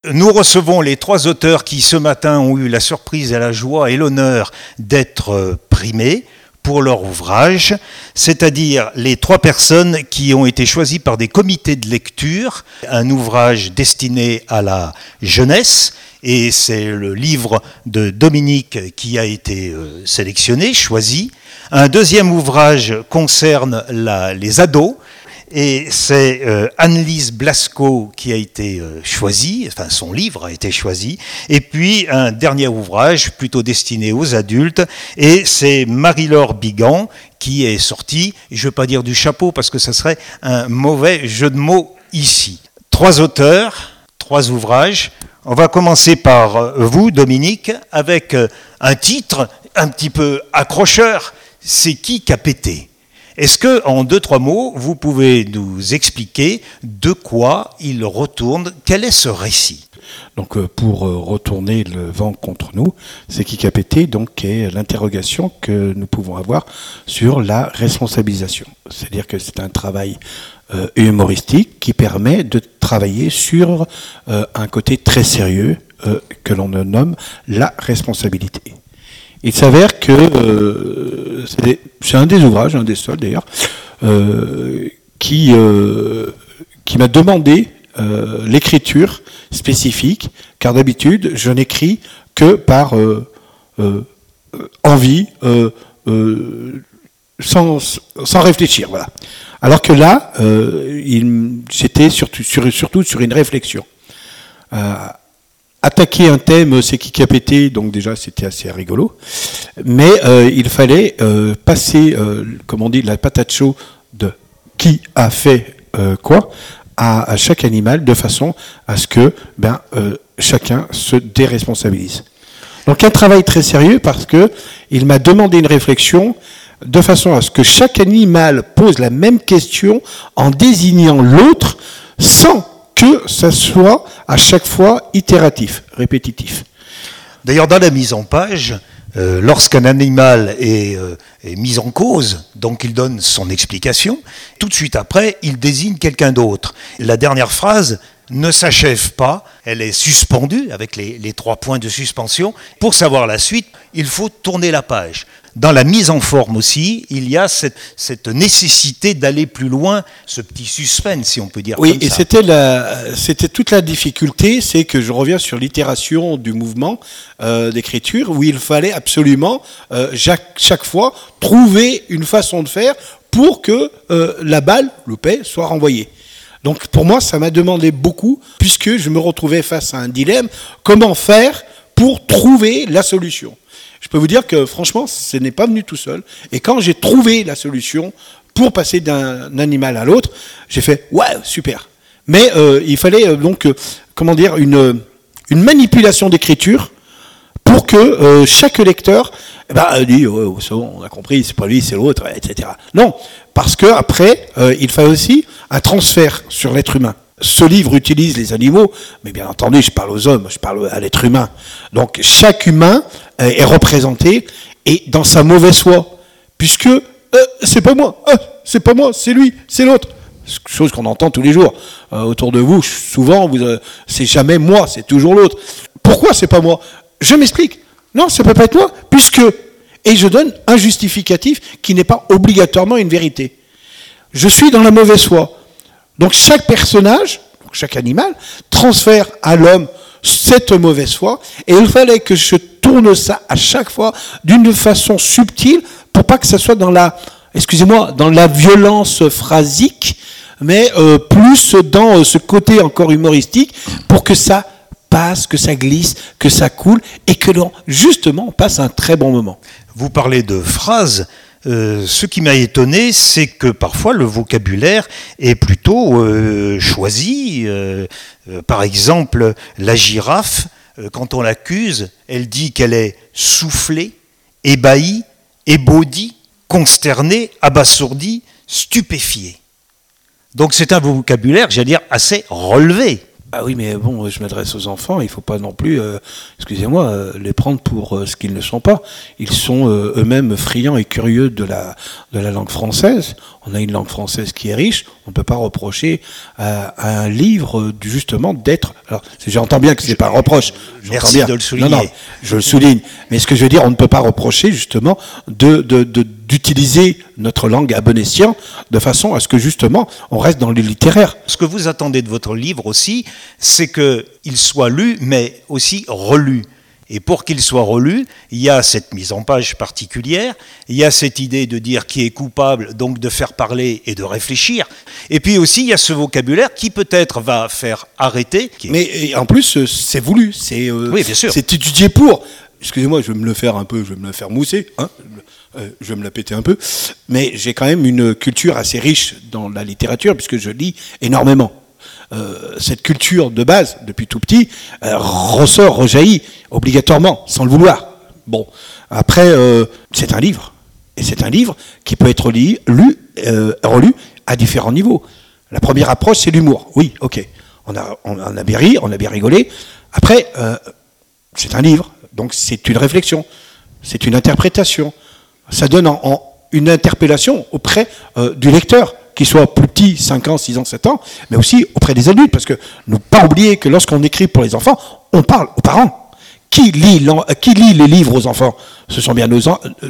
Nous recevons les 3 auteurs qui ce matin ont eu la surprise et la joie et l'honneur d'être primés pour leur ouvrage, c'est-à-dire les 3 personnes qui ont été choisies par des comités de lecture, un ouvrage destiné à la jeunesse, et c'est le livre de Dominique qui a été sélectionné, choisi. Un deuxième ouvrage concerne les ados, et c'est Anne-Lise Blasco qui a été choisie, enfin son livre a été choisi, et puis un dernier ouvrage plutôt destiné aux adultes, et c'est Marie-Laure Bigan qui est sortie, je ne veux pas dire du chapeau parce que ça serait un mauvais jeu de mots ici. 3 auteurs, 3 ouvrages. On va commencer par vous, Dominique, avec un titre un petit peu accrocheur, c'est qui a pété ? Est-ce que, en 2-3 mots, vous pouvez nous expliquer de quoi il retourne ? Quel est ce récit ? Donc, pour retourner le vent contre nous, c'est qui a pété, donc, est l'interrogation que nous pouvons avoir sur la responsabilisation. C'est-à-dire que c'est un travail humoristique qui permet de travailler sur un côté très sérieux que l'on nomme la responsabilité. Il s'avère que c'est un des ouvrages, un des seuls d'ailleurs, qui m'a demandé l'écriture spécifique, car d'habitude je n'écris que par envie, sans réfléchir, voilà. Alors que là, j'étais surtout sur une réflexion. Attaquer un thème, c'est qui a pété, donc déjà c'était assez rigolo, mais il fallait passer, comme on dit, la patate chaude de qui a fait quoi à chaque animal, de façon à ce que chacun se déresponsabilise. Donc un travail très sérieux parce que il m'a demandé une réflexion de façon à ce que chaque animal pose la même question en désignant l'autre sans que ça soit à chaque fois itératif, répétitif. D'ailleurs, dans la mise en page, lorsqu'un animal est mis en cause, donc il donne son explication, tout de suite après, il désigne quelqu'un d'autre. La dernière phrase ne s'achève pas, elle est suspendue avec les 3 points de suspension. Pour savoir la suite, il faut tourner la page. Dans la mise en forme aussi, il y a cette nécessité d'aller plus loin, ce petit suspense, si on peut dire comme ça. Oui, et c'était toute la difficulté, c'est que je reviens sur l'itération du mouvement d'écriture, où il fallait absolument, chaque fois, trouver une façon de faire pour que la balle, le paix, soit renvoyée. Donc pour moi, ça m'a demandé beaucoup, puisque je me retrouvais face à un dilemme, comment faire pour trouver la solution. Je peux vous dire que franchement, ce n'est pas venu tout seul. Et quand j'ai trouvé la solution pour passer d'un animal à l'autre, j'ai fait « ouais, super ». Mais il fallait donc, une manipulation d'écriture pour que chaque lecteur dit oh, c'est bon, on a compris, c'est pas lui, c'est l'autre, etc. Non, parce qu'après, il fallait aussi un transfert sur l'être humain. Ce livre utilise les animaux, mais bien entendu, je parle aux hommes, je parle à l'être humain. Donc chaque humain est représenté et dans sa mauvaise foi, puisque c'est pas moi, c'est lui, c'est l'autre. Chose qu'on entend tous les jours autour de vous. Souvent, c'est jamais moi, c'est toujours l'autre. Pourquoi c'est pas moi ? Je m'explique. Non, ça peut pas être moi, puisque et je donne un justificatif qui n'est pas obligatoirement une vérité. Je suis dans la mauvaise foi. Donc chaque personnage, chaque animal, transfère à l'homme cette mauvaise foi, et il fallait que je tourne ça à chaque fois d'une façon subtile, pour pas que ça soit dans la violence phrasique, mais plus dans ce côté encore humoristique, pour que ça passe, que ça glisse, que ça coule, et que l'on, justement, passe un très bon moment. Vous parlez de phrases. Ce qui m'a étonné, c'est que parfois le vocabulaire est plutôt choisi. Par exemple, la girafe, quand on l'accuse, elle dit qu'elle est soufflée, ébahie, ébaudie, consternée, abasourdie, stupéfiée. Donc c'est un vocabulaire, j'allais dire, assez relevé. Ah oui, mais bon, je m'adresse aux enfants, il ne faut pas non plus, excusez-moi, les prendre pour ce qu'ils ne sont pas. Ils sont eux-mêmes friands et curieux de la langue française. On a une langue française qui est riche, on ne peut pas reprocher à un livre justement d'être... Alors, j'entends bien que ce n'est pas un reproche. Merci bien. De le souligner. Non, je le souligne. Mais ce que je veux dire, on ne peut pas reprocher justement d'utiliser notre langue à bon escient de façon à ce que justement on reste dans le littéraire. Ce que vous attendez de votre livre aussi, c'est qu'il soit lu, mais aussi relu. Et pour qu'il soit relu, il y a cette mise en page particulière, il y a cette idée de dire qui est coupable, donc de faire parler et de réfléchir. Et puis aussi, il y a ce vocabulaire qui peut-être va faire arrêter. Mais en plus, c'est voulu, oui, bien sûr. C'est étudié pour... Excusez-moi, je vais me le faire un peu, je vais me le faire mousser, hein, je vais me la péter un peu, mais j'ai quand même une culture assez riche dans la littérature, puisque je lis énormément. Cette culture de base, depuis tout petit, rejaillit obligatoirement, sans le vouloir. Bon, après, c'est un livre. Et c'est un livre qui peut être relu à différents niveaux. La première approche, c'est l'humour. Oui, ok. On a bien ri, on a bien rigolé. Après, c'est un livre. Donc c'est une réflexion. C'est une interprétation. Ça donne une interpellation auprès du lecteur, qu'il soit plus petit, 5 ans, 6 ans, 7 ans, mais aussi auprès des adultes, parce que ne pas oublier que lorsqu'on écrit pour les enfants, on parle aux parents. Qui lit les livres aux enfants? Ce sont bien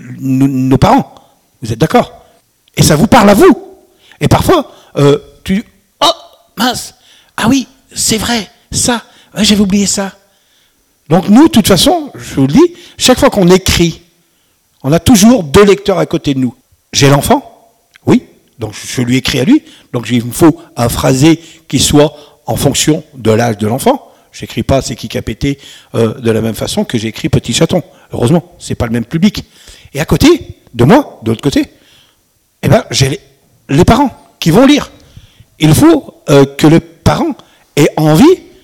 nos parents. Vous êtes d'accord? Et ça vous parle à vous. Et parfois, tu dis, oh, mince, ah oui, c'est vrai, ça, j'avais oublié ça. Donc nous, de toute façon, je vous le dis, chaque fois qu'on écrit, on a toujours 2 lecteurs à côté de nous. J'ai l'enfant, oui, donc je lui écris à lui, donc il me faut un phrasé qui soit en fonction de l'âge de l'enfant. Je n'écris pas C'est qui a pété de la même façon que j'écris Petit Chaton. Heureusement, ce n'est pas le même public. Et à côté de moi, de l'autre côté, eh ben, j'ai les parents qui vont lire. Il faut que le parent ait envie,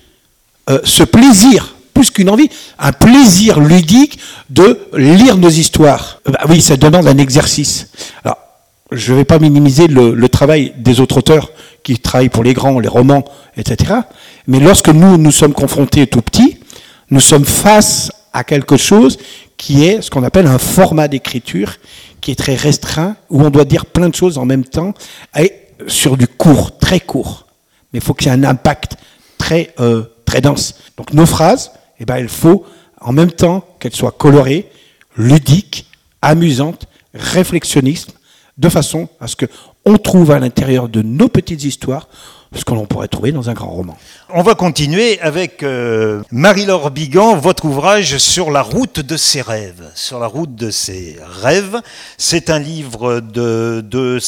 ce plaisir, plus qu'une envie, un plaisir ludique de lire nos histoires. Oui, ça demande un exercice. Alors, je ne vais pas minimiser le travail des autres auteurs qui travaillent pour les grands, les romans, etc. Mais lorsque nous sommes confrontés tout petits, nous sommes face à quelque chose qui est ce qu'on appelle un format d'écriture qui est très restreint, où on doit dire plein de choses en même temps, et sur du court, très court. Mais il faut qu'il y ait un impact très dense. Donc nos phrases, eh ben, il faut en même temps qu'elles soient colorées, ludiques, amusantes, réflexionnistes, de façon à ce qu'on trouve à l'intérieur de nos petites histoires ce que l'on pourrait trouver dans un grand roman. On va continuer avec Marie-Laure Bigan, votre ouvrage Sur la route de ses rêves. Sur la route de ses rêves, c'est un livre de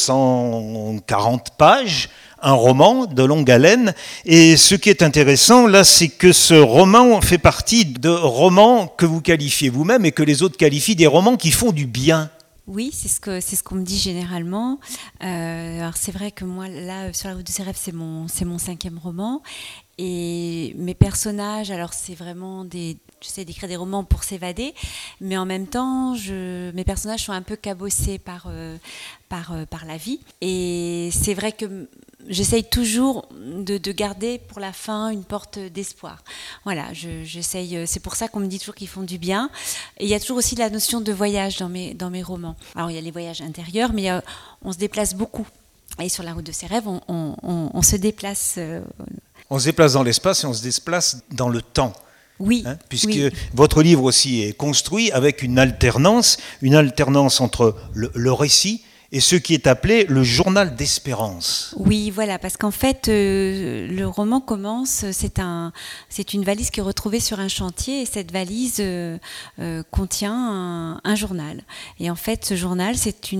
240 pages, un roman de longue haleine. Et ce qui est intéressant, là, c'est que ce roman fait partie de romans que vous qualifiez vous-même et que les autres qualifient des romans qui font du bien. Oui, c'est ce qu'on me dit généralement. Alors c'est vrai que moi, là, Sur la route de ses rêves, c'est mon 5e roman. Et mes personnages, alors c'est vraiment j'essaie d'écrire des romans pour s'évader, mais en même temps, mes personnages sont un peu cabossés par la vie. Et c'est vrai que j'essaye toujours de garder pour la fin une porte d'espoir. Voilà, j'essaye. C'est pour ça qu'on me dit toujours qu'ils font du bien. Et il y a toujours aussi la notion de voyage dans mes romans. Alors il y a les voyages intérieurs, mais on se déplace beaucoup. Et sur la route de ses rêves, on se déplace. On se déplace dans l'espace et on se déplace dans le temps. Oui. Puisque oui. votre livre aussi est construit avec une alternance entre le récit et ce qui est appelé le journal d'espérance. Oui, voilà, parce qu'en fait, le roman commence, c'est une valise qui est retrouvée sur un chantier, et cette valise contient un journal. Et en fait, ce journal,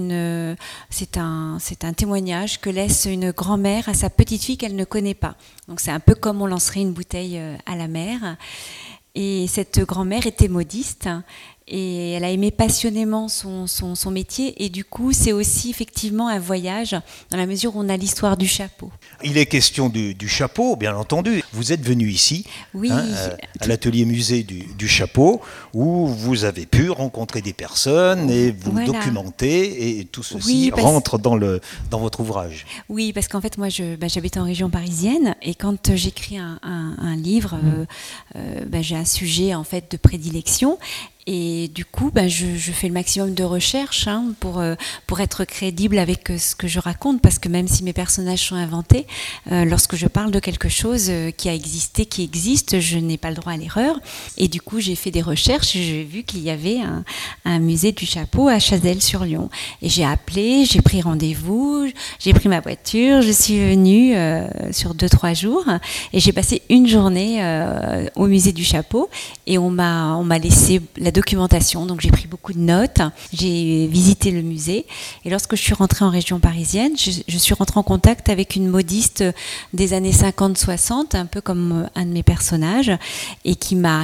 c'est un témoignage que laisse une grand-mère à sa petite-fille qu'elle ne connaît pas. Donc c'est un peu comme on lancerait une bouteille à la mer. Et cette grand-mère était modiste. et elle a aimé passionnément son métier. Et du coup, c'est aussi effectivement un voyage dans la mesure où on a l'histoire du chapeau. Il est question du chapeau, bien entendu. Vous êtes venu ici, Oui, à l'atelier musée du chapeau, où vous avez pu rencontrer des personnes et vous Voilà. documenter, et tout ceci Oui, rentre dans votre ouvrage. Oui, parce qu'en fait, moi, j'habite en région parisienne, et quand j'écris un livre, j'ai un sujet en fait de prédilection. Et du coup, je fais le maximum de recherches pour être crédible avec ce que je raconte, parce que même si mes personnages sont inventés, lorsque je parle de quelque chose qui a existé, qui existe, je n'ai pas le droit à l'erreur. Et du coup, j'ai fait des recherches et j'ai vu qu'il y avait un musée du chapeau à Chazelles-sur-Lyon. Et j'ai appelé, j'ai pris rendez-vous, j'ai pris ma voiture, je suis venue sur 2-3 jours et j'ai passé une journée au musée du chapeau, et on m'a laissé la documentation, donc j'ai pris beaucoup de notes, j'ai visité le musée, et lorsque je suis rentrée en région parisienne, je suis rentrée en contact avec une modiste des années 50-60, un peu comme un de mes personnages, et qui m'a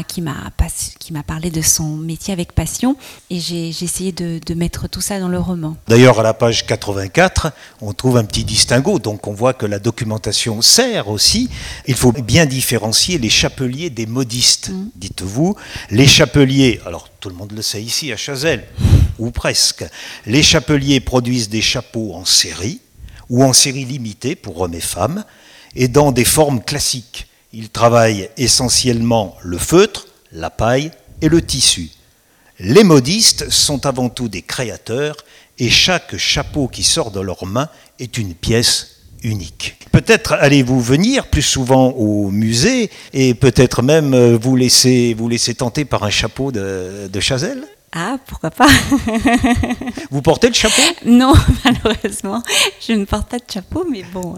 parlé de son métier avec passion, et j'ai essayé de mettre tout ça dans le roman. D'ailleurs, à la page 84, on trouve un petit distinguo, donc on voit que la documentation sert aussi. Il faut bien différencier les chapeliers des modistes, dites-vous. Les chapeliers, alors tout le monde le sait ici à Chazelles, ou presque, les chapeliers produisent des chapeaux en série, ou en série limitée pour hommes et femmes, et dans des formes classiques. Ils travaillent essentiellement le feutre, la paille et le tissu. Les modistes sont avant tout des créateurs, et chaque chapeau qui sort de leurs mains est une pièce unique. Peut-être allez-vous venir plus souvent au musée, et peut-être même vous laisser tenter par un chapeau de Chazelles. Ah, pourquoi pas? Vous portez le chapeau? Non, malheureusement, je ne porte pas de chapeau, mais bon,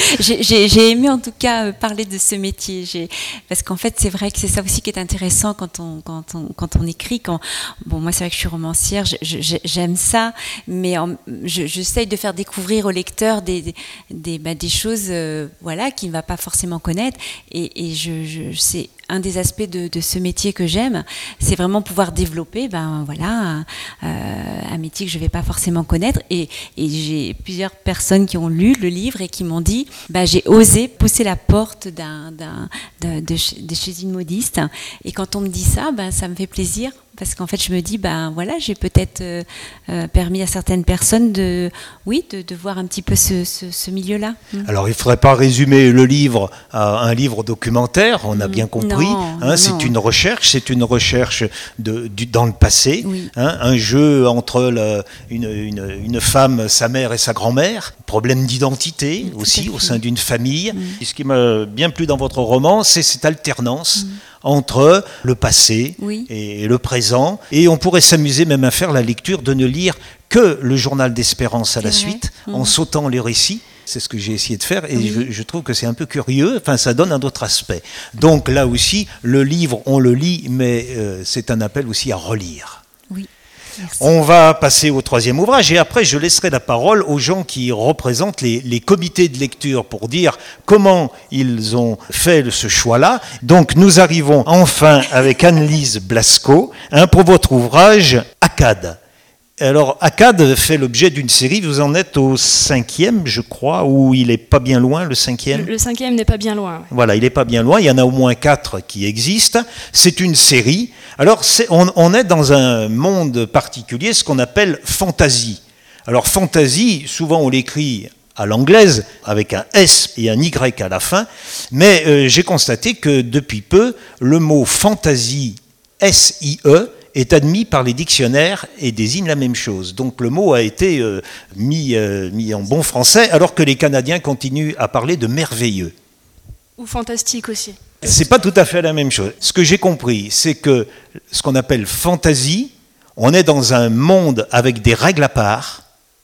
j'ai aimé en tout cas parler de ce métier, parce qu'en fait, c'est vrai que c'est ça aussi qui est intéressant quand on écrit. Moi, c'est vrai que je suis romancière, j'aime ça, mais j'essaye de faire découvrir au lecteur des choses, qu'il ne va pas forcément connaître, et c'est un des aspects de ce métier que j'aime, c'est vraiment pouvoir développer un métier que je ne vais pas forcément connaître. Et j'ai plusieurs personnes qui ont lu le livre et qui m'ont dit j'ai osé pousser la porte de chez une modiste. Et quand on me dit ça, ça me fait plaisir. Parce qu'en fait, je me dis, j'ai peut-être permis à certaines personnes de voir un petit peu ce milieu-là. Alors, il ne faudrait pas résumer le livre à un livre documentaire, on a bien compris. Non. C'est une recherche dans le passé, oui. Un jeu entre une femme, sa mère et sa grand-mère, problème d'identité aussi au sein d'une famille. Et ce qui m'a bien plu dans votre roman, c'est cette alternance entre le passé et le présent. Et on pourrait s'amuser même à faire la lecture de ne lire que le journal d'Espérance à la suite, en sautant les récits. C'est ce que j'ai essayé de faire, et je trouve que c'est un peu curieux, ça donne un autre aspect. Donc là aussi, le livre, on le lit, mais c'est un appel aussi à relire. Oui. Merci. On va passer au troisième ouvrage, et après je laisserai la parole aux gens qui représentent les comités de lecture pour dire comment ils ont fait ce choix-là. Donc nous arrivons enfin avec Anne-Lise Blasco pour votre ouvrage Akkad. Alors, Akkad fait l'objet d'une série, vous en êtes au 5e, je crois, ou il n'est pas bien loin, le 5e? Le 5e n'est pas bien loin. Ouais. Voilà, il n'est pas bien loin, il y en a au moins 4 qui existent. C'est une série. Alors, on est dans un monde particulier, ce qu'on appelle fantasy. Alors, fantasy, souvent on l'écrit à l'anglaise, avec un S et un Y à la fin, mais j'ai constaté que depuis peu, le mot fantasy, S-I-E, est admis par les dictionnaires et désigne la même chose. Donc le mot a été mis en bon français, alors que les Canadiens continuent à parler de merveilleux. Ou fantastique aussi. C'est pas tout à fait la même chose. Ce que j'ai compris, c'est que ce qu'on appelle fantasy, on est dans un monde avec des règles à part,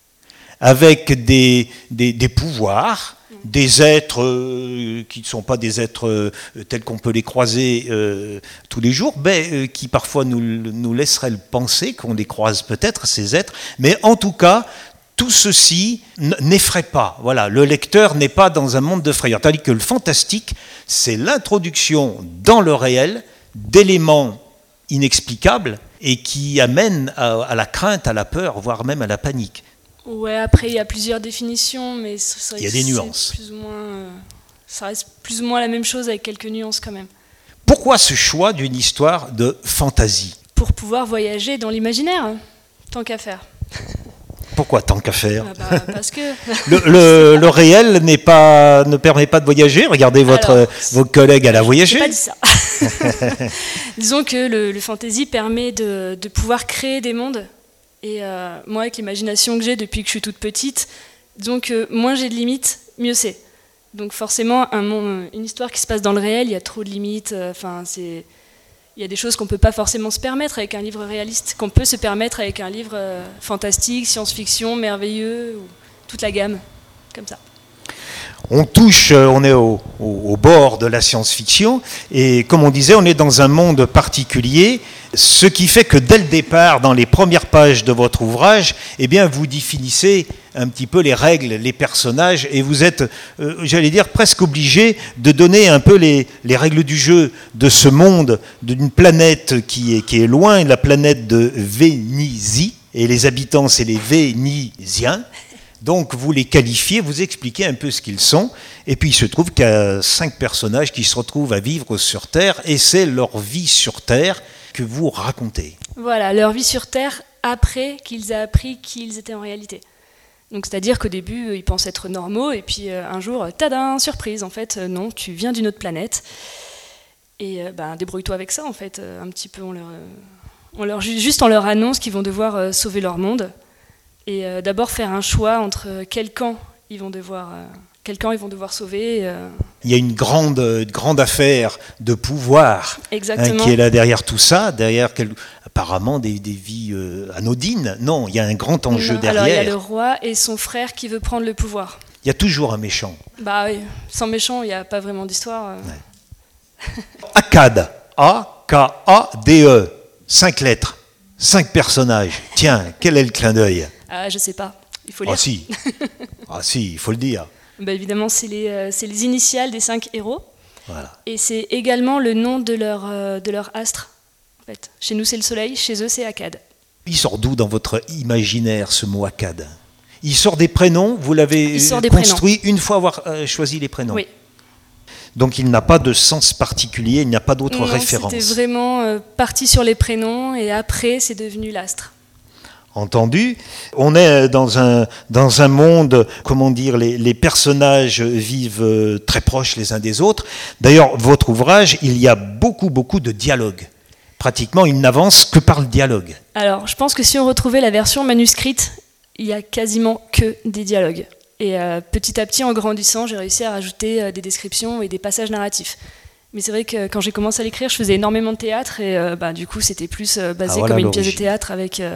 avec des pouvoirs, des êtres qui ne sont pas des êtres tels qu'on peut les croiser tous les jours, mais qui parfois nous laisseraient le penser qu'on les croise peut-être, ces êtres. Mais en tout cas, tout ceci n'effraie pas. Voilà, le lecteur n'est pas dans un monde de frayeur. Tandis que le fantastique, c'est l'introduction dans le réel d'éléments inexplicables et qui amène à la crainte, à la peur, voire même à la panique. Ouais, après, il y a plusieurs définitions, mais c'est vrai Il y a que des c'est nuances. plus ou moins, ça reste plus ou moins la même chose avec quelques nuances quand même. Pourquoi ce choix d'une histoire de fantaisie ? Pour pouvoir voyager dans l'imaginaire, hein, tant qu'à faire. Pourquoi tant qu'à faire ? Parce que... Le réel ne permet pas de voyager. Regardez vos collègues, elle a voyagé. Je n'ai pas dit ça. Disons que le fantasy permet de pouvoir créer des mondes. Et moi, avec l'imagination que j'ai depuis que je suis toute petite, disons que moins j'ai de limites, mieux c'est. Donc forcément, une histoire qui se passe dans le réel, il y a trop de limites. Il y a des choses qu'on ne peut pas forcément se permettre avec un livre réaliste, qu'on peut se permettre avec un livre fantastique, science-fiction, merveilleux, ou toute la gamme, comme ça. On est au bord de la science-fiction, et comme on disait, on est dans un monde particulier, ce qui fait que dès le départ, dans les premières pages de votre ouvrage, eh bien, vous définissez un petit peu les règles, les personnages, et vous êtes, j'allais dire, presque obligé de donner un peu les règles du jeu de ce monde, d'une planète qui est loin, la planète de Vénisie, et les habitants, c'est les Vénisiens. Donc vous les qualifiez, vous expliquez un peu ce qu'ils sont, et puis il se trouve qu'il y a 5 personnages qui se retrouvent à vivre sur Terre, et c'est leur vie sur Terre que vous racontez. Voilà, leur vie sur Terre après qu'ils aient appris qu'ils étaient en réalité. Donc c'est-à-dire qu'au début, ils pensent être normaux, et puis un jour, tadam, surprise, en fait, non, tu viens d'une autre planète, et débrouille-toi avec ça, en fait, un petit peu, juste on leur annonce qu'ils vont devoir sauver leur monde, et d'abord faire un choix entre quel camp ils vont devoir sauver. Il y a une grande affaire de pouvoir qui est là derrière tout ça, derrière apparemment des vies anodines. Non, il y a un grand enjeu derrière. Alors il y a le roi et son frère qui veut prendre le pouvoir. Il y a toujours un méchant. Bah oui, sans méchant, il n'y a pas vraiment d'histoire. Ouais. Akkad, A-K-A-D-E, 5 lettres, 5 personnages. Tiens, quel est le clin d'œil ? Ah, je sais pas, il faut lire. Ah si, il faut le dire. Bah, évidemment, c'est les initiales des 5 héros. Voilà. Et c'est également le nom de leur astre. En fait. Chez nous, c'est le soleil, chez eux, c'est Akkad. Il sort d'où dans votre imaginaire, ce mot Akkad ? Il sort des prénoms, vous l'avez construit une fois avoir choisi les prénoms. Oui. Donc il n'a pas de sens particulier, il n'y a pas d'autre référence. C'était vraiment parti sur les prénoms, et après, c'est devenu l'astre. Entendu. On est dans un monde, comment dire, les personnages vivent très proches les uns des autres. D'ailleurs, votre ouvrage, il y a beaucoup de dialogues. Pratiquement, il n'avance que par le dialogue. Alors, je pense que si on retrouvait la version manuscrite, il y a quasiment que des dialogues. Et petit à petit, en grandissant, j'ai réussi à rajouter des descriptions et des passages narratifs. Mais c'est vrai que quand j'ai commencé à l'écrire, je faisais énormément de théâtre, et du coup, c'était plus basé comme une pièce de théâtre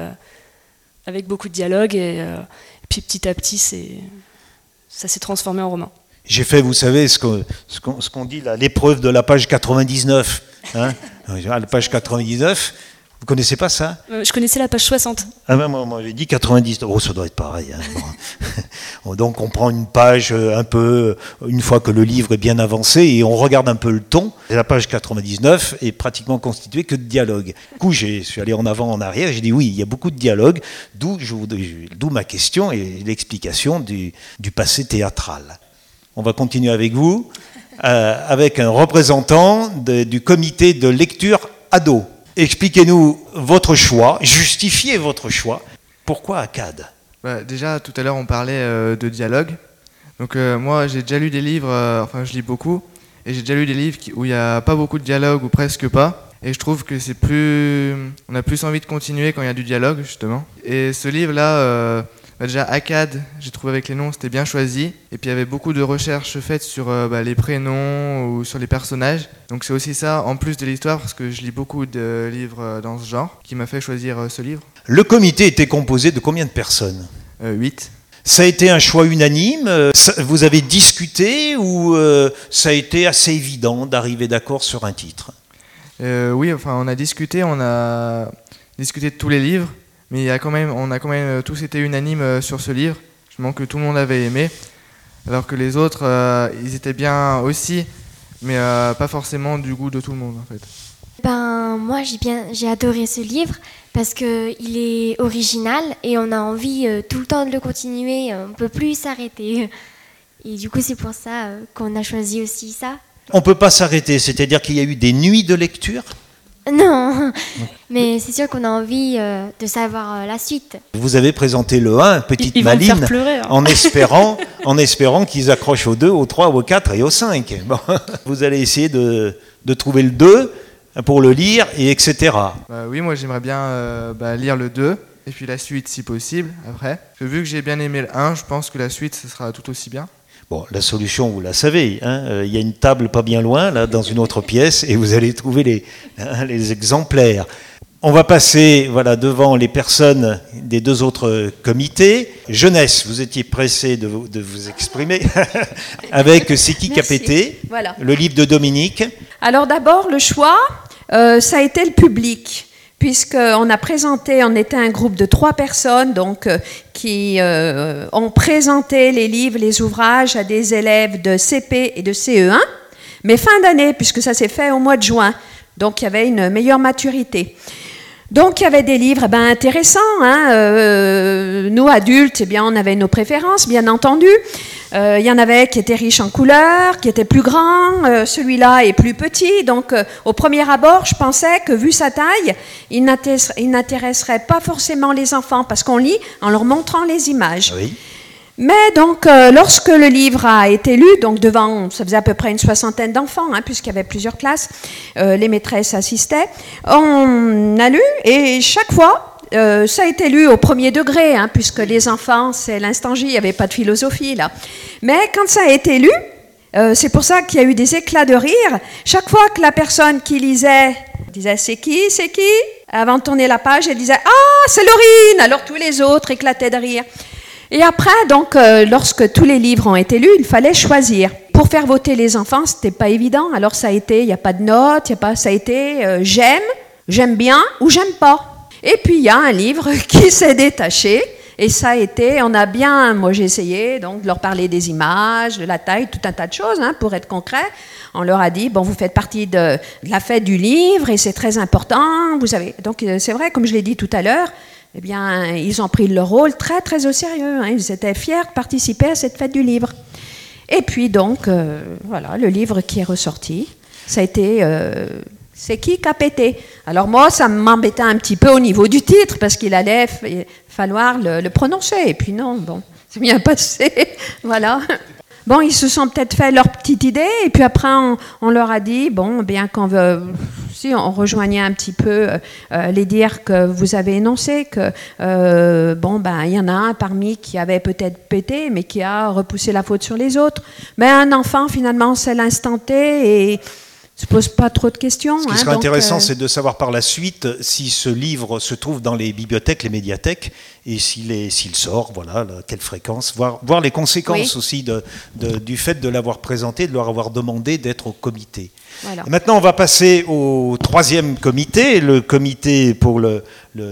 avec beaucoup de dialogues, et puis petit à petit, ça s'est transformé en roman. J'ai fait, vous savez, ce qu'on dit là, l'épreuve de la page 99. Hein, la page 99, vous connaissez pas ça ? Je connaissais la page 60. Ah ben moi j'ai dit 99. Oh, ça doit être pareil. Hein. Bon. Donc on prend une page un peu, une fois que le livre est bien avancé, et on regarde un peu le ton. Et la page 99 est pratiquement constituée que de dialogues. Du coup, je suis allé en avant, en arrière, et j'ai dit oui, il y a beaucoup de dialogues, d'où ma question et l'explication du passé théâtral. On va continuer avec vous, avec un représentant du comité de lecture ado. Expliquez-nous votre choix, justifiez votre choix. Pourquoi Akkad ? Déjà, tout à l'heure, on parlait de dialogue. Donc moi, j'ai déjà lu des livres, je lis beaucoup, et j'ai déjà lu des livres où il n'y a pas beaucoup de dialogue, ou presque pas. Et je trouve que on a plus envie de continuer quand il y a du dialogue, justement. Et ce livre-là, déjà Akkad, j'ai trouvé avec les noms, c'était bien choisi. Et puis il y avait beaucoup de recherches faites sur les prénoms ou sur les personnages. Donc c'est aussi ça, en plus de l'histoire, parce que je lis beaucoup de livres dans ce genre, qui m'a fait choisir ce livre. Le comité était composé de combien de personnes ? 8. Ça a été un choix unanime ? Vous avez discuté, ou ça a été assez évident d'arriver d'accord sur un titre ? Oui, on a discuté de tous les livres. Mais on a quand même tous été unanimes sur ce livre, justement, que tout le monde avait aimé, alors que les autres, ils étaient bien aussi, mais pas forcément du goût de tout le monde, en fait. Moi, j'ai adoré ce livre parce qu'il est original et on a envie tout le temps de le continuer. On ne peut plus s'arrêter. Et du coup, c'est pour ça qu'on a choisi aussi ça. On ne peut pas s'arrêter, c'est-à-dire qu'il y a eu des nuits de lecture? Non, mais c'est sûr qu'on a envie de savoir la suite. Vous avez présenté le 1, petite Ils vont me maline, faire pleurer, hein. en espérant qu'ils accrochent au 2, au 3, au 4 et au 5. Bon, vous allez essayer de trouver le 2 pour le lire, et etc. Oui, moi j'aimerais bien lire le 2, et puis la suite si possible, après. Parce que vu que j'ai bien aimé le 1, je pense que la suite, ce sera tout aussi bien. Bon, la solution, vous la savez, hein, il y a une table pas bien loin, là, dans une autre pièce, et vous allez trouver les exemplaires. On va passer devant les personnes des 2 autres comités. Jeunesse, vous étiez pressé de vous exprimer avec C'est qui a pété, Voilà. le livre de Dominique. Alors d'abord, le choix, ça a été le public, puisqu'on a présenté, on était un groupe de 3 personnes donc, qui ont présenté les livres, les ouvrages à des élèves de CP et de CE1, mais fin d'année, puisque ça s'est fait au mois de juin, donc il y avait une meilleure maturité. Donc il y avait des livres intéressants, hein. Nous adultes, on avait nos préférences, bien entendu. Il y en avait qui étaient riches en couleurs, qui étaient plus grands, celui-là est plus petit, donc au premier abord, je pensais que vu sa taille, il n'intéresserait pas forcément les enfants, parce qu'on lit en leur montrant les images. Oui. Mais donc, lorsque le livre a été lu, donc devant, ça faisait à peu près une 60aine d'enfants, hein, puisqu'il y avait plusieurs classes, les maîtresses assistaient, on a lu, et chaque fois, ça a été lu au premier degré, hein, puisque les enfants, c'est l'instant J, il n'y avait pas de philosophie là. Mais quand ça a été lu, c'est pour ça qu'il y a eu des éclats de rire. Chaque fois que la personne qui lisait disait « c'est qui ?» avant de tourner la page, elle disait « ah, c'est Laurine !» Alors tous les autres éclataient de rire. Et après, donc, lorsque tous les livres ont été lus, il fallait choisir. Pour faire voter les enfants, c'était pas évident. Alors ça a été, il n'y a pas de notes, ça a été j'aime bien ou j'aime pas. Et puis il y a un livre qui s'est détaché. Et ça a été, moi j'ai essayé donc de leur parler des images, de la taille, tout un tas de choses, hein, pour être concret. On leur a dit, vous faites partie de la fête du livre et c'est très important. Vous avez, donc c'est vrai, comme je l'ai dit tout à l'heure, ils ont pris leur rôle très très au sérieux. Hein. Ils étaient fiers de participer à cette fête du livre. Et puis donc, le livre qui est ressorti, ça a été C'est qui a pété. Alors moi, ça m'embêtait un petit peu au niveau du titre, parce qu'il allait falloir le prononcer. Et puis non, c'est bien passé. Voilà. Bon, ils se sont peut-être fait leur petite idée, et puis après, on leur a dit, bien qu'on veut... Si on rejoignait un petit peu les dires que vous avez énoncés, que il y en a un parmi qui avait peut-être pété, mais qui a repoussé la faute sur les autres. Mais un enfant, finalement, c'est l'instant T et ne se pose pas trop de questions. Ce qui serait intéressant, c'est de savoir par la suite si ce livre se trouve dans les bibliothèques, les médiathèques, et s'il sort, quelle fréquence, voir les conséquences aussi du fait de l'avoir présenté, de leur avoir demandé d'être au comité. Voilà. Et maintenant, on va passer au 3e comité, le comité pour le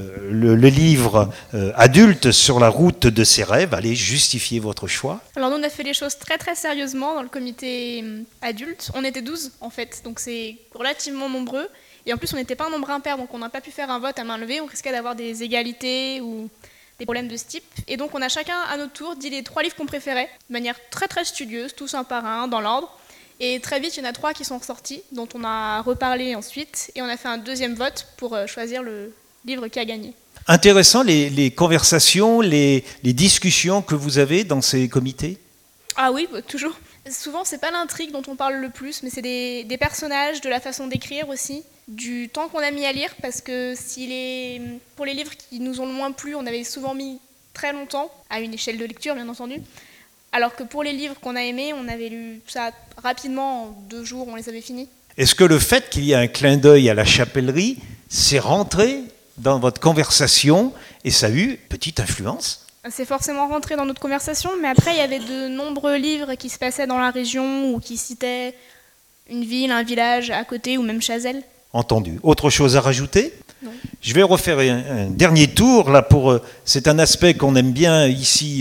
livre adulte sur la route de ses rêves. Allez, justifiez votre choix. Alors nous, on a fait les choses très très sérieusement dans le comité adulte. On était 12 en fait, donc c'est relativement nombreux. Et en plus, on n'était pas un nombre impair, donc on n'a pas pu faire un vote à main levée. On risquait d'avoir des égalités ou des problèmes de ce type. Et donc on a chacun à notre tour dit les 3 livres qu'on préférait, de manière très très studieuse, tous un par un, dans l'ordre. Et très vite, il y en a 3 qui sont ressortis, dont on a reparlé ensuite, et on a fait un 2e vote pour choisir le livre qui a gagné. Intéressant les conversations, les discussions que vous avez dans ces comités ? Ah oui, toujours. Souvent, c'est pas l'intrigue dont on parle le plus, mais c'est des personnages, de la façon d'écrire aussi, du temps qu'on a mis à lire, parce que pour les livres qui nous ont le moins plu, on avait souvent mis très longtemps, à une échelle de lecture bien entendu, alors que pour les livres qu'on a aimés, on avait lu ça rapidement, en 2 jours, on les avait finis. Est-ce que le fait qu'il y ait un clin d'œil à la chapellerie, c'est rentré dans votre conversation et ça a eu petite influence ? C'est forcément rentré dans notre conversation, mais après, il y avait de nombreux livres qui se passaient dans la région ou qui citaient une ville, un village à côté ou même Chazelles. Entendu. Autre chose à rajouter ? Non. Je vais refaire un dernier tour. Là, c'est un aspect qu'on aime bien ici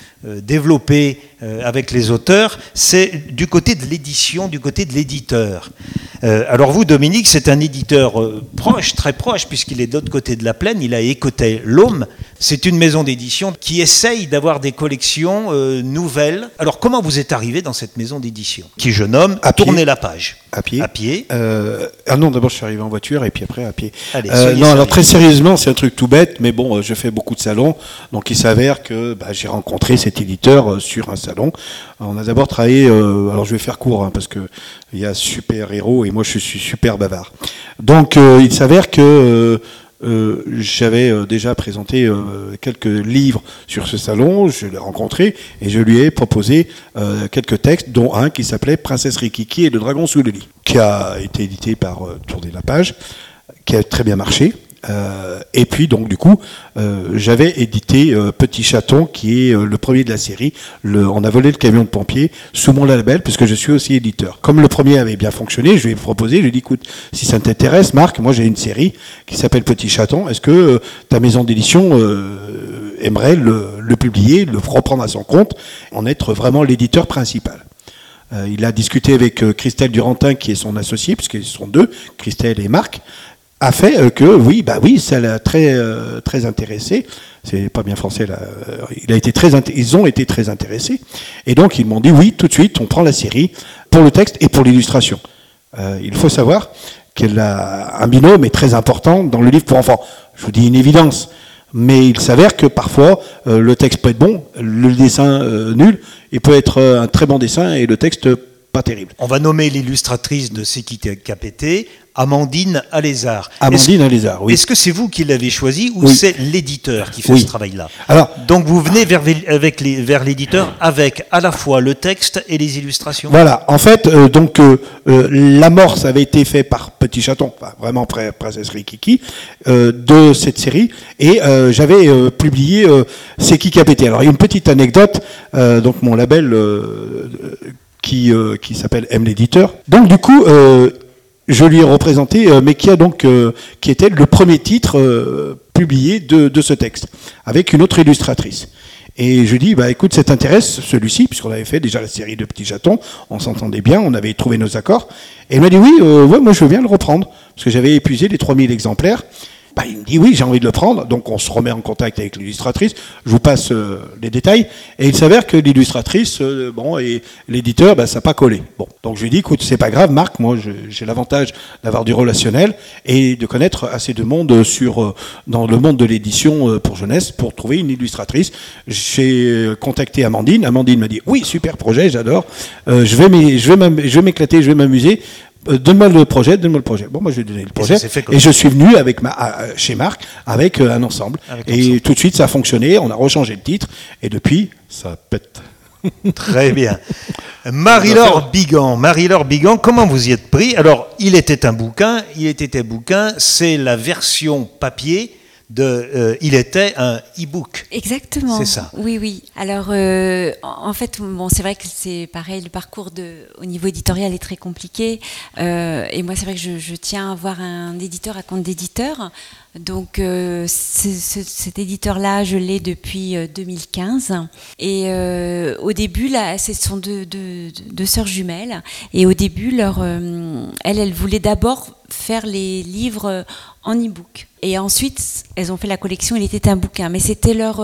développer avec les auteurs. C'est du côté de l'édition, du côté de l'éditeur. Alors vous, Dominique, c'est un éditeur proche, très proche, puisqu'il est de l'autre côté de la plaine, il a écouté l'Aume. C'est une maison d'édition qui essaye d'avoir des collections nouvelles. Alors comment vous êtes arrivé dans cette maison d'édition, qui je nomme Tourner la page? À pied. À pied. Non, d'abord je suis arrivé en voiture et puis après à pied. Allez, non, alors très sérieusement, c'est un truc tout bête, mais bon, je fais beaucoup de salons, donc il s'avère que j'ai rencontré cet éditeur sur un salon. On a d'abord travaillé, alors je vais faire court, parce que il y a super héros et moi je suis super bavard. Donc il s'avère que j'avais déjà présenté quelques livres sur ce salon, je l'ai rencontré et je lui ai proposé quelques textes, dont un qui s'appelait Princesse Rikiki et le dragon sous le lit, qui a été édité par Tourner la page, qui a très bien marché. Et puis donc du coup j'avais édité Petit Chaton, qui est le premier de la série. On a volé le camion de pompiers sous mon label, puisque je suis aussi éditeur. Comme le premier avait bien fonctionné, je lui ai proposé, je lui ai dit écoute, si ça t'intéresse Marc, moi j'ai une série qui s'appelle Petit Chaton, est-ce que ta maison d'édition aimerait le publier, le reprendre à son compte, en être vraiment l'éditeur principal? Il a discuté avec Christelle Durantin, qui est son associé, puisqu'ils sont deux, Christelle et Marc, a fait que oui, ça l'a très intéressé. C'est pas bien français là. Ils ont été très intéressés. Et donc ils m'ont dit oui, tout de suite, on prend la série pour le texte et pour l'illustration. Il faut savoir qu'elle a un binôme est très important dans le livre pour enfants. Je vous dis une évidence, mais il s'avère que parfois le texte peut être bon, le dessin nul, il peut être un très bon dessin et le texte pas terrible. On va nommer l'illustratrice de C'est qui KPT, Amandine Alézard. Amandine Alézard, oui. Est-ce que c'est vous qui l'avez choisi ou c'est l'éditeur qui fait ce travail-là? Alors, donc vous venez vers l'éditeur avec à la fois le texte et les illustrations? Voilà, en fait, l'amorce avait été faite par Petit Chaton, enfin, vraiment Princesse Rikiki, de cette série, et j'avais publié C'est qui KPT. Alors il y a une petite anecdote, donc mon label qui s'appelle M l'éditeur. Donc du coup, je lui ai représenté, mais qui était le premier titre publié de ce texte, avec une autre illustratrice. Et je lui dis, écoute, ça t'intéresse celui-ci, puisqu'on avait fait déjà la série de Petits Chatons, on s'entendait bien, on avait trouvé nos accords. Et il m'a dit, oui, moi je veux bien le reprendre, parce que j'avais épuisé les 3000 exemplaires. Il me dit oui, j'ai envie de le prendre, donc on se remet en contact avec l'illustratrice, je vous passe les détails, et il s'avère que l'illustratrice, et l'éditeur, ça n'a pas collé. Bon, donc je lui dis, écoute, c'est pas grave Marc, moi j'ai l'avantage d'avoir du relationnel et de connaître assez de monde dans le monde de l'édition pour jeunesse pour trouver une illustratrice. J'ai contacté Amandine m'a dit, oui, super projet, j'adore, je vais m'éclater, je vais m'amuser. Donne-moi le projet. Bon, moi je lui ai donné le projet et je suis venu chez Marc avec un ensemble. Et tout de suite ça a fonctionné, on a rechangé le titre et depuis ça pète. Très bien. Marie-Laure Bigan, comment vous y êtes pris? Alors, il était un bouquin, c'est la version papier il était un e-book. Exactement. C'est ça. Oui. Alors, en fait, c'est vrai que c'est pareil, le parcours au niveau éditorial est très compliqué. Et moi, c'est vrai que je tiens à avoir un éditeur à compte d'éditeur. Donc, cet éditeur-là, je l'ai depuis 2015. Et au début, là, ce sont deux sœurs jumelles. Et au début, elles voulaient d'abord faire les livres en e-book. Et ensuite, elles ont fait la collection Il était un bouquin. Mais c'était leur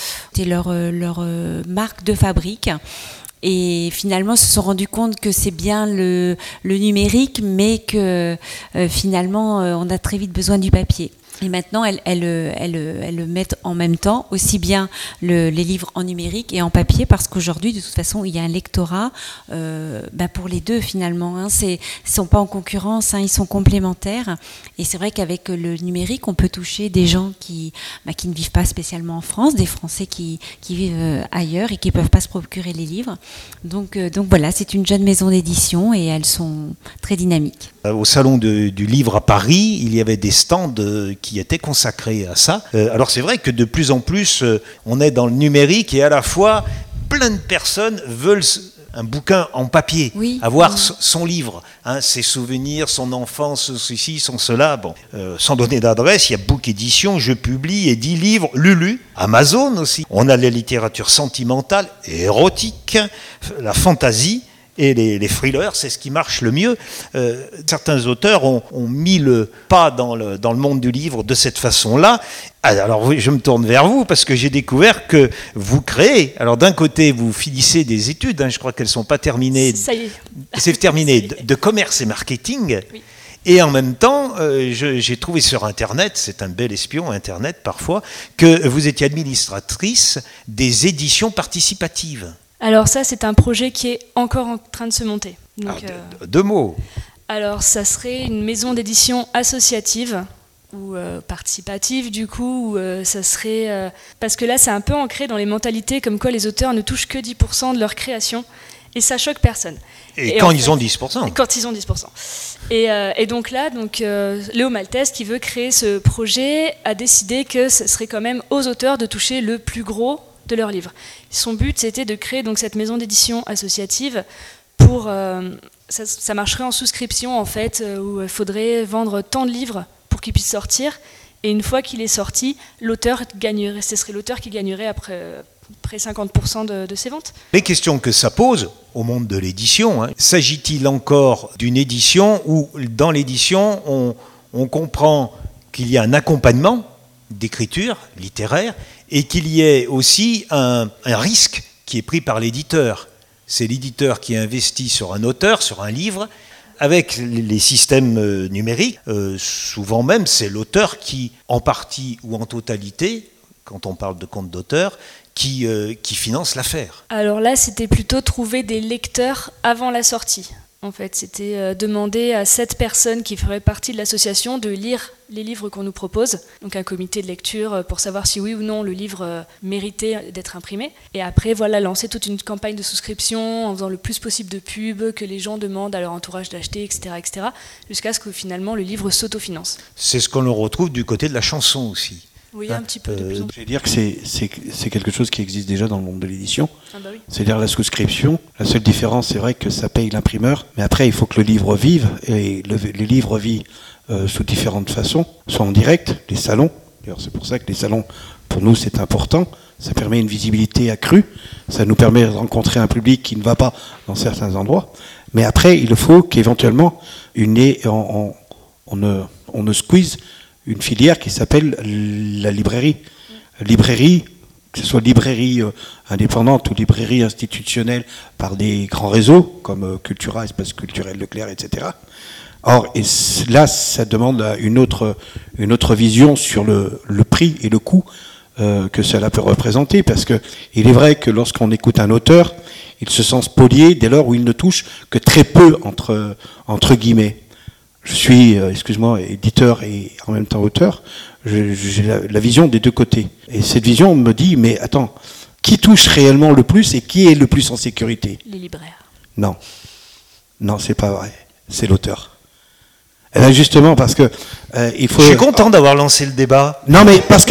marque de fabrique. Et finalement, se sont rendus compte que c'est bien le numérique, mais que finalement, on a très vite besoin du papier. Et maintenant, elles mettent en même temps aussi bien les livres en numérique et en papier, parce qu'aujourd'hui, de toute façon, il y a un lectorat pour les deux finalement. Ils ne sont pas en concurrence, ils sont complémentaires. Et c'est vrai qu'avec le numérique, on peut toucher des gens qui ne vivent pas spécialement en France, des Français qui vivent ailleurs et qui ne peuvent pas se procurer les livres. Donc voilà, c'est une jeune maison d'édition et elles sont très dynamiques. Au salon du livre à Paris, il y avait des stands qui étaient consacrés à ça. Alors c'est vrai que de plus en plus, on est dans le numérique et à la fois, plein de personnes veulent un bouquin en papier, avoir son livre, ses souvenirs, son enfance, ceci, son cela. Bon, sans donner d'adresse, il y a Book Édition, je publie et 10 livres, Lulu, Amazon aussi. On a la littérature sentimentale, érotique, la fantaisie. et les thrillers, c'est ce qui marche le mieux. Certains auteurs ont mis le pas dans le monde du livre de cette façon-là. Alors je me tourne vers vous parce que j'ai découvert que vous créez. Alors d'un côté, vous finissez des études, je crois qu'elles ne sont pas terminées. Ça y est. C'est terminé, de commerce et marketing. Oui. Et en même temps, j'ai trouvé sur Internet, c'est un bel espion Internet parfois, que vous étiez administratrice des éditions participatives. Alors ça, c'est un projet qui est encore en train de se monter. Donc, deux mots. Alors ça serait une maison d'édition associative ou participative du coup, ça serait... parce que là, c'est un peu ancré dans les mentalités comme quoi les auteurs ne touchent que 10% de leur création. Et ça choque personne. Et quand ils ont 10%. Quand ils ont 10%. Et donc là, Léo Maltese, qui veut créer ce projet, a décidé que ce serait quand même aux auteurs de toucher le plus gros de leurs livres. Son but, c'était de créer donc cette maison d'édition associative pour... ça marcherait en souscription, en fait, où il faudrait vendre tant de livres pour qu'il puisse sortir. Et une fois qu'il est sorti, l'auteur gagnerait. Ce serait l'auteur qui gagnerait après 50% de ses ventes. Les questions que ça pose au monde de l'édition, s'agit-il encore d'une édition où dans l'édition on comprend qu'il y a un accompagnement d'écriture littéraire et qu'il y ait aussi un risque qui est pris par l'éditeur. C'est l'éditeur qui investit sur un auteur, sur un livre. Avec les systèmes numériques, souvent même c'est l'auteur qui, en partie ou en totalité, quand on parle de compte d'auteur, qui finance l'affaire. Alors là, c'était plutôt trouver des lecteurs avant la sortie. En fait, c'était demander à 7 personnes qui feraient partie de l'association de lire les livres qu'on nous propose. Donc un comité de lecture pour savoir si oui ou non le livre méritait d'être imprimé. Et après, voilà, lancer toute une campagne de souscription en faisant le plus possible de pubs, que les gens demandent à leur entourage d'acheter, etc., etc., jusqu'à ce que finalement le livre s'autofinance. C'est ce qu'on retrouve du côté de la chanson aussi. Oui, un petit peu de plus en plus. Je vais dire que c'est quelque chose qui existe déjà dans le monde de l'édition. Ah bah oui. C'est-à-dire la souscription. La seule différence, c'est vrai que ça paye l'imprimeur, mais après, il faut que le livre vive, et le livre vit sous différentes façons, soit en direct, les salons. D'ailleurs, c'est pour ça que les salons, pour nous, c'est important. Ça permet une visibilité accrue. Ça nous permet de rencontrer un public qui ne va pas dans certains endroits. Mais après, il faut qu'éventuellement, on ne squeeze une filière qui s'appelle la librairie. Librairie, que ce soit librairie indépendante ou librairie institutionnelle par des grands réseaux comme Cultura, Espace Culturel Leclerc, etc. Or, et là, ça demande une autre vision sur le prix et le coût que cela peut représenter, parce que il est vrai que lorsqu'on écoute un auteur, il se sent spolié dès lors où il ne touche que très peu entre guillemets. Je suis, éditeur et en même temps auteur. J'ai la vision des deux côtés. Et cette vision me dit, mais attends, qui touche réellement le plus et qui est le plus en sécurité ? Les libraires. Non, c'est pas vrai. C'est l'auteur. Et là, justement, parce que il faut. Je suis content d'avoir lancé le débat. Non, mais parce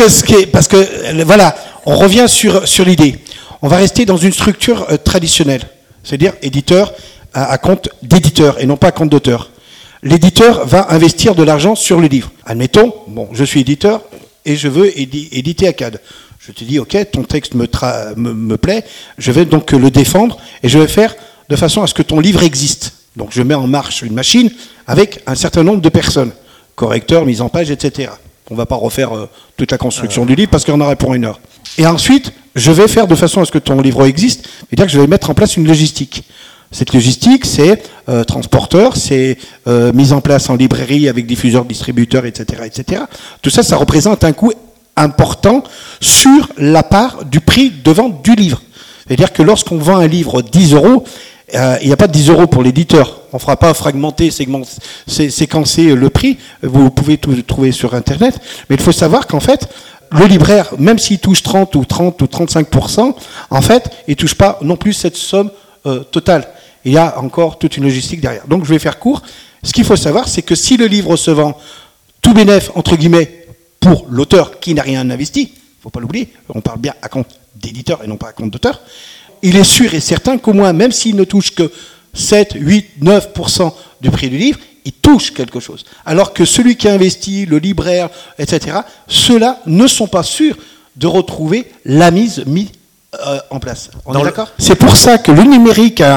que voilà, on revient sur l'idée. On va rester dans une structure traditionnelle, c'est-à-dire éditeur à compte d'éditeur et non pas à compte d'auteur. L'éditeur va investir de l'argent sur le livre. Admettons, je suis éditeur et je veux éditer Akkad. Je te dis, ok, ton texte me plaît, je vais donc le défendre et je vais faire de façon à ce que ton livre existe. Donc je mets en marche une machine avec un certain nombre de personnes, correcteurs, mise en page, etc. On ne va pas refaire toute la construction du livre parce qu'il y en aurait pour 1 heure. Et ensuite, je vais faire de façon à ce que ton livre existe, c'est-à-dire que je vais mettre en place une logistique. Cette logistique, c'est transporteur, c'est mise en place en librairie avec diffuseurs, distributeurs, etc., etc. Tout ça, ça représente un coût important sur la part du prix de vente du livre. C'est-à-dire que lorsqu'on vend un livre 10 €, il n'y a pas de 10 € pour l'éditeur. On ne fera pas fragmenter, séquencer le prix. Vous pouvez tout trouver sur Internet. Mais il faut savoir qu'en fait, le libraire, même s'il touche 30 ou 35%, en fait, il ne touche pas non plus cette somme totale. Il y a encore toute une logistique derrière. Donc je vais faire court. Ce qu'il faut savoir, c'est que si le livre se vend tout bénef, entre guillemets, pour l'auteur qui n'a rien investi, il ne faut pas l'oublier, on parle bien à compte d'éditeur et non pas à compte d'auteur, il est sûr et certain qu'au moins, même s'il ne touche que 7, 8, 9% du prix du livre, il touche quelque chose. Alors que celui qui a investi, le libraire, etc., ceux-là ne sont pas sûrs de retrouver la mise en place. On est d'accord ? C'est pour ça que le numérique a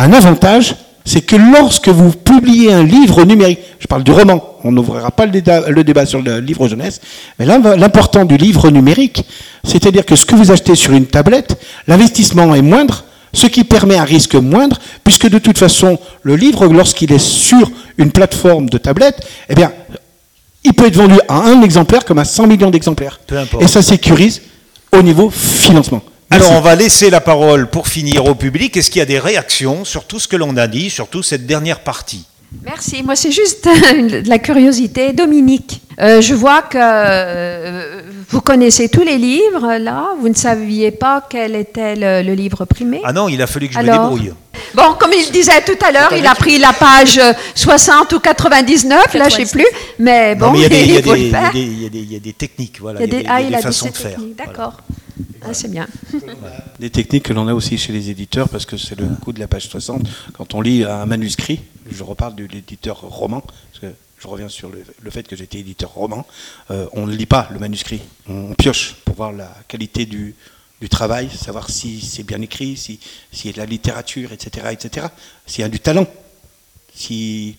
un avantage, c'est que lorsque vous publiez un livre numérique, je parle du roman, on n'ouvrira pas le débat sur le livre jeunesse, mais l'important du livre numérique, c'est-à-dire que ce que vous achetez sur une tablette, l'investissement est moindre, ce qui permet un risque moindre, puisque de toute façon, le livre, lorsqu'il est sur une plateforme de tablette, eh bien, il peut être vendu à 1 exemplaire comme à 100 millions d'exemplaires. Peu importe. Et ça sécurise au niveau financement. Alors, Merci. on va laisser la parole pour finir au public. Est-ce qu'il y a des réactions sur tout ce que l'on a dit, surtout cette dernière partie? Merci. Moi, c'est juste de la curiosité. Dominique, je vois que vous connaissez tous les livres, là. Vous ne saviez pas quel était le livre primé. Ah non, il a fallu que je me Alors, débrouille. Bon, comme il disait tout à l'heure, il a pris la page 60 ou 99, là, je ne sais plus. Mais bon, Non, mais il faut le faire. il y a des techniques, voilà. Il y a des façons de faire. techniques, d'accord. Ah, c'est bien. Des techniques que l'on a aussi chez les éditeurs, parce que c'est le coup de la page 60. Quand on lit un manuscrit, je reparle de l'éditeur roman, parce que je reviens sur le fait que j'étais éditeur roman, on ne lit pas le manuscrit, on pioche pour voir la qualité du travail, savoir si c'est bien écrit, s'il y a de la littérature, etc., s'il y a du talent, si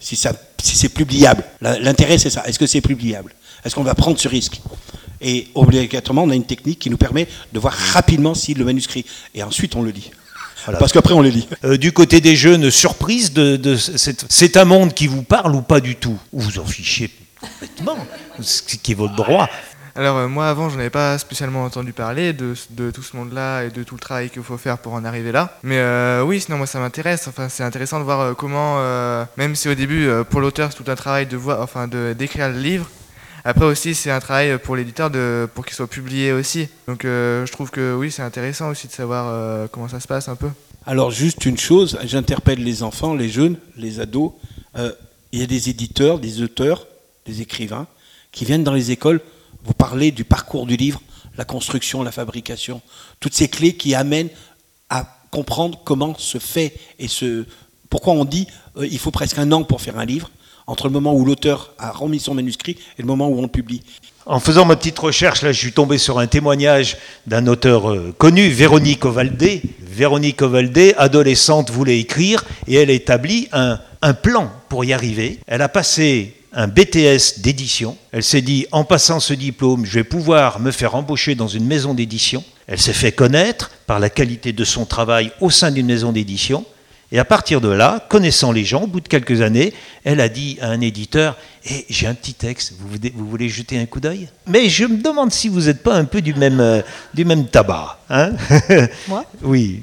c'est publiable. L'intérêt, c'est ça. Est-ce que c'est publiable? Est-ce qu'on va prendre ce risque? Et obligatoirement, on a une technique qui nous permet de voir rapidement si le manuscrit... Et ensuite, on le lit. Voilà. Parce qu'après, on le lit. Du côté des jeunes, surprise c'est un monde qui vous parle ou pas du tout? Ou vous en fichez complètement, ce qui est votre droit. Alors moi avant, je n'avais pas spécialement entendu parler de tout ce monde-là et de tout le travail qu'il faut faire pour en arriver là. Mais oui, sinon moi ça m'intéresse. Enfin, c'est intéressant de voir comment, même si au début pour l'auteur c'est tout un travail d'écrire le livre. Après aussi c'est un travail pour l'éditeur pour qu'il soit publié aussi. Donc je trouve que oui, c'est intéressant aussi de savoir comment ça se passe un peu. Alors juste une chose, j'interpelle les enfants, les jeunes, les ados. Il y a des éditeurs, des auteurs, des écrivains qui viennent dans les écoles vous parler du parcours du livre, la construction, la fabrication, toutes ces clés qui amènent à comprendre comment se fait pourquoi on dit il faut presque 1 an pour faire un livre, entre le moment où l'auteur a remis son manuscrit et le moment où on le publie. En faisant ma petite recherche, là, je suis tombé sur un témoignage d'un auteur connu, Véronique Ovaldé. Véronique Ovaldé, adolescente, voulait écrire et elle établit un plan pour y arriver. Elle a passé un BTS d'édition. Elle s'est dit, en passant ce diplôme, je vais pouvoir me faire embaucher dans une maison d'édition. Elle s'est fait connaître par la qualité de son travail au sein d'une maison d'édition. Et à partir de là, connaissant les gens, au bout de quelques années, elle a dit à un éditeur, j'ai un petit texte, vous voulez jeter un coup d'œil? Mais je me demande si vous n'êtes pas un peu du même tabac. Hein? Moi? Oui.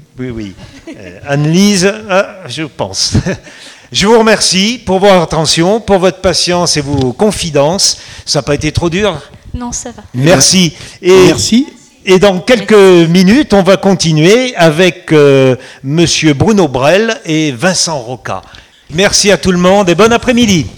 Anne-Lise, je pense. Je vous remercie pour votre attention, pour votre patience et vos confidences. Ça n'a pas été trop dur? Non, ça va. Merci. Merci. Et dans quelques minutes, on va continuer avec Monsieur Bruno Brel et Vincent Roca. Merci à tout le monde et bon après-midi.